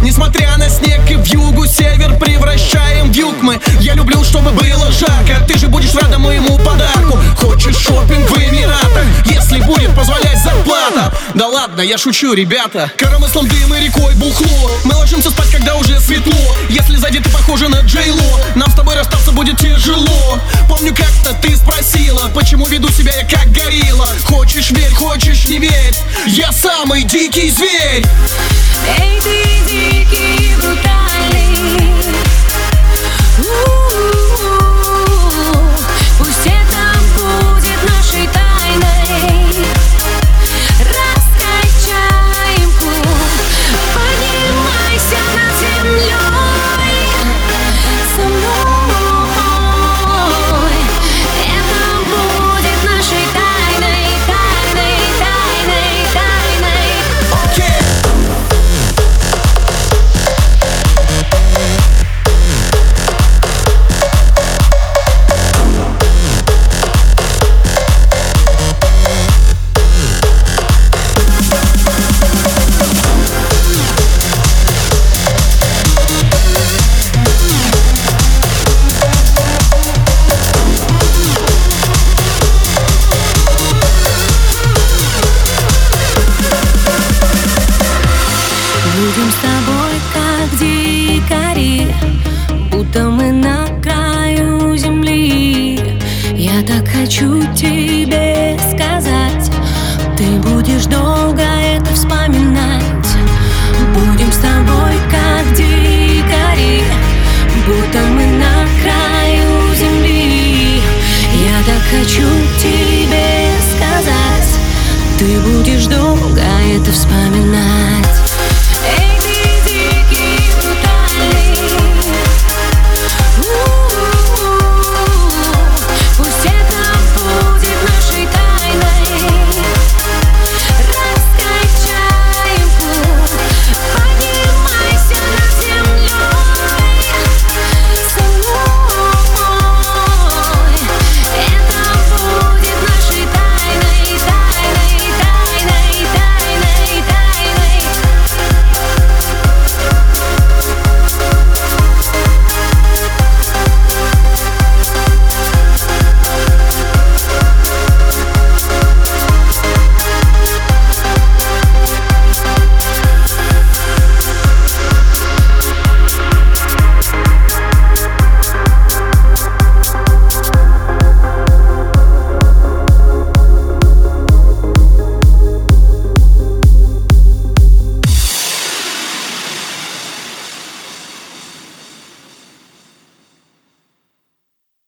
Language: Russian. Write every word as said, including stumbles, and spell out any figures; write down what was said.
Несмотря на снег и вьюгу, север превращаем в юг мы. Я люблю, чтобы было жарко, ты же будешь рада моему подарку. Хочешь шопинг в Эмиратах, если будет позволять зарплата? Да ладно, я шучу, ребята. Коромыслом дым и рекой бухло. Мы ложимся спать, когда уже светло. Если сзади ты похожа на Джей Ло, нам с тобой расстаться будет тяжело. Помню, как-то ты спросила, почему веду себя я как горилла. Хочешь верь, хочешь не верь, я самый дикий зверь. Эй, ты дикий, брутальный. У-у-у. Пусть это будет нашей тайной. Раскачаем путь, поднимайся над землей со мной. Это будет нашей тайной, тайной, тайной, тайной. Окей. Будем с тобой как дикари, будто мы на краю земли. Я так хочу тебе сказать, ты будешь долго это вспоминать. Будем с тобой как дикари, будто мы на краю земли. Я так хочу тебе сказать, ты будешь долго это вспоминать.